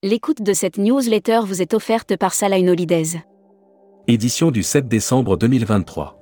L'écoute de cette newsletter vous est offerte par Salah Holidays. Édition du 7 décembre 2023.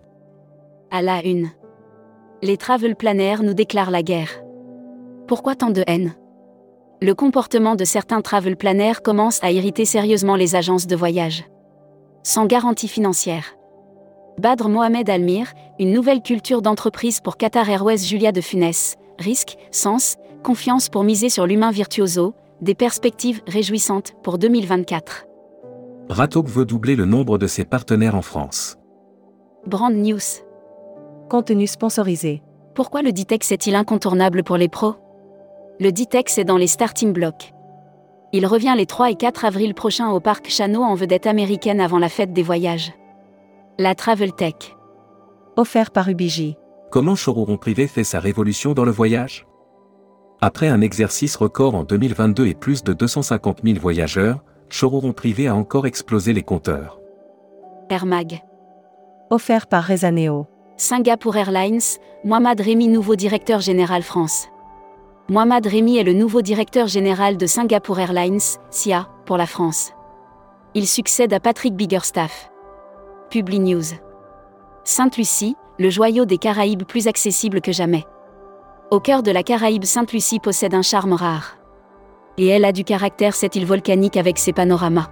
À la une. Les travel planners nous déclarent la guerre. Pourquoi tant de haine ? Le comportement de certains travel planners commence à irriter sérieusement les agences de voyage. Sans garantie financière. Badr Mohamed Almir, une nouvelle culture d'entreprise pour Qatar Airways. Julia de Funès, risque, sens, confiance pour miser sur l'humain virtuoso, des perspectives réjouissantes pour 2024. Ratok veut doubler le nombre de ses partenaires en France. Brand News. Contenu sponsorisé. Pourquoi le Ditex est-il incontournable pour les pros ? Le Ditex est dans les starting blocks. Il revient les 3 et 4 avril prochains au parc Chano en vedette américaine avant la fête des voyages. La Travel Tech. Offert par Ubiji. Comment Showroom Privé fait sa révolution dans le voyage ? Après un exercice record en 2022 et plus de 250 000 voyageurs, Showroom Privé a encore explosé les compteurs. Air Mag. Offert par Rezaneo. Singapore Airlines, Mohamed Rémy, nouveau directeur général France. Mohamed Rémy est le nouveau directeur général de Singapore Airlines, SIA, pour la France. Il succède à Patrick Biggerstaff. Publi News. Sainte-Lucie, le joyau des Caraïbes plus accessible que jamais. Au cœur de la Caraïbe, Sainte-Lucie possède un charme rare. Et elle a du caractère, cette île volcanique avec ses panoramas.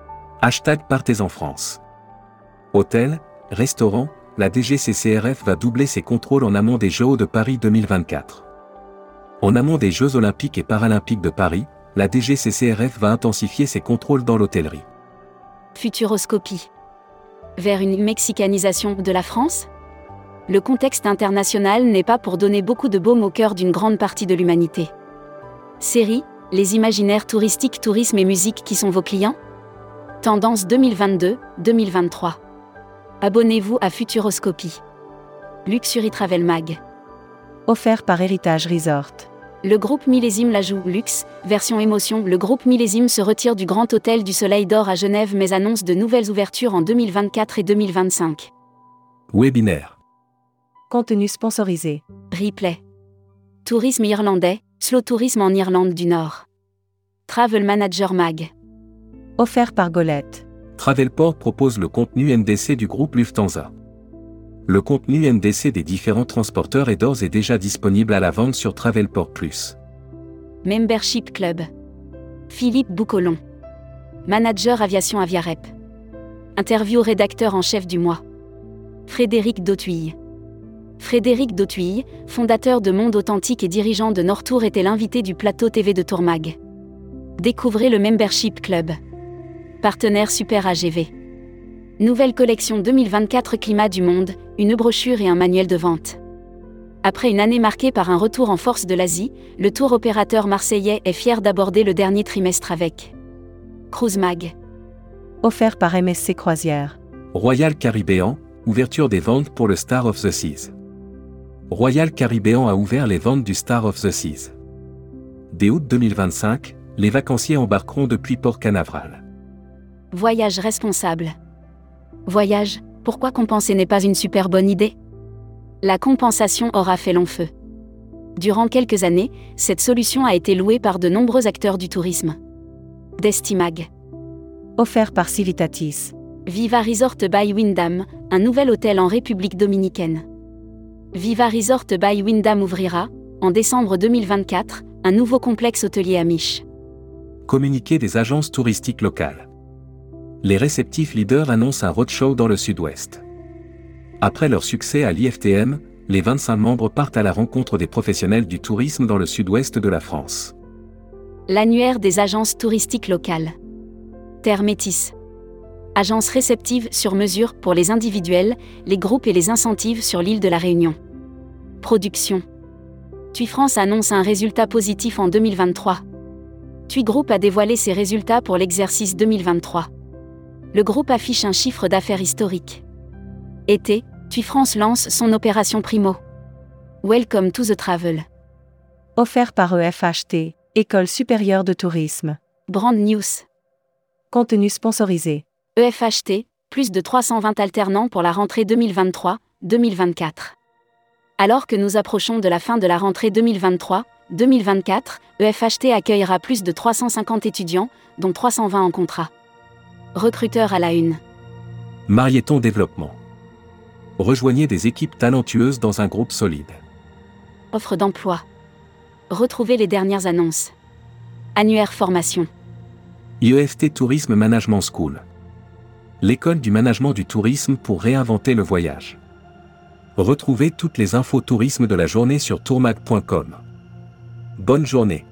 Partez en France. Hôtel, restaurant, la DGCCRF va doubler ses contrôles en amont des Jeux de Paris 2024. En amont des Jeux Olympiques et Paralympiques de Paris, la DGCCRF va intensifier ses contrôles dans l'hôtellerie. Futuroscopie. Vers une mexicanisation de la France ? Le contexte international n'est pas pour donner beaucoup de baume au cœur d'une grande partie de l'humanité. Série, les imaginaires touristiques, tourisme et musique qui sont vos clients ? Tendance 2022-2023. Abonnez-vous à Futuroscopie. Luxury Travel Mag. Offert par Héritage Resort. Le groupe Millésime l'ajout luxe, version émotion. Le groupe Millésime se retire du Grand Hôtel du Soleil d'Or à Genève mais annonce de nouvelles ouvertures en 2024 et 2025. Webinaire. Contenu sponsorisé. Replay. Tourisme irlandais, Slow Tourisme en Irlande du Nord. Travel Manager Mag. Offert par Golette. Travelport propose le contenu NDC du groupe Lufthansa. Le contenu NDC des différents transporteurs est d'ores et déjà disponible à la vente sur Travelport Plus. Membership Club. Philippe Boucolon. Manager Aviation Aviarep. Interview rédacteur en chef du mois. Frédéric Dautuille. Frédéric Dautuille, fondateur de Monde Authentique et dirigeant de Nortour, était l'invité du plateau TV de Tourmag. Découvrez le Membership Club. Partenaire Super AGV. Nouvelle collection 2024 Climat du Monde, une brochure et un manuel de vente. Après une année marquée par un retour en force de l'Asie, le tour opérateur marseillais est fier d'aborder le dernier trimestre avec Cruise Mag. Offert par MSC Croisière. Royal Caribbean, ouverture des ventes pour le Star of the Seas. Royal Caribbean a ouvert les ventes du Star of the Seas. Dès août 2025, les vacanciers embarqueront depuis Port Canaveral. Voyage responsable. Voyage, pourquoi compenser n'est pas une super bonne idée ? La compensation aura fait long feu. Durant quelques années, cette solution a été louée par de nombreux acteurs du tourisme. Destimag. Offert par Civitatis. Viva Resort by Wyndham, un nouvel hôtel en République dominicaine. Viva Resort by Wyndham ouvrira, en décembre 2024, un nouveau complexe hôtelier à Mich. Communiqué des agences touristiques locales. Les réceptifs leaders annoncent un roadshow dans le sud-ouest. Après leur succès à l'IFTM, les 25 membres partent à la rencontre des professionnels du tourisme dans le sud-ouest de la France. L'annuaire des agences touristiques locales. Terre Métis. Agence réceptive sur mesure pour les individuels, les groupes et les incentives sur l'île de la Réunion. Production. TUI France annonce un résultat positif en 2023. TUI Group a dévoilé ses résultats pour l'exercice 2023. Le groupe affiche un chiffre d'affaires historique. Été, TUI France lance son opération Primo. Welcome to the travel. Offert par EFHT, École supérieure de tourisme. Brand News. Contenu sponsorisé. EFHT, plus de 320 alternants pour la rentrée 2023-2024. Alors que nous approchons de la fin de la rentrée 2023, 2024, EFHT accueillera plus de 350 étudiants, dont 320 en contrat. Recruteur à la une. Marieton Développement. Rejoignez des équipes talentueuses dans un groupe solide. Offre d'emploi. Retrouvez les dernières annonces. Annuaire formation. IEFT Tourisme Management School. L'école du management du tourisme pour réinventer le voyage. Retrouvez toutes les infos tourisme de la journée sur tourmag.com. Bonne journée.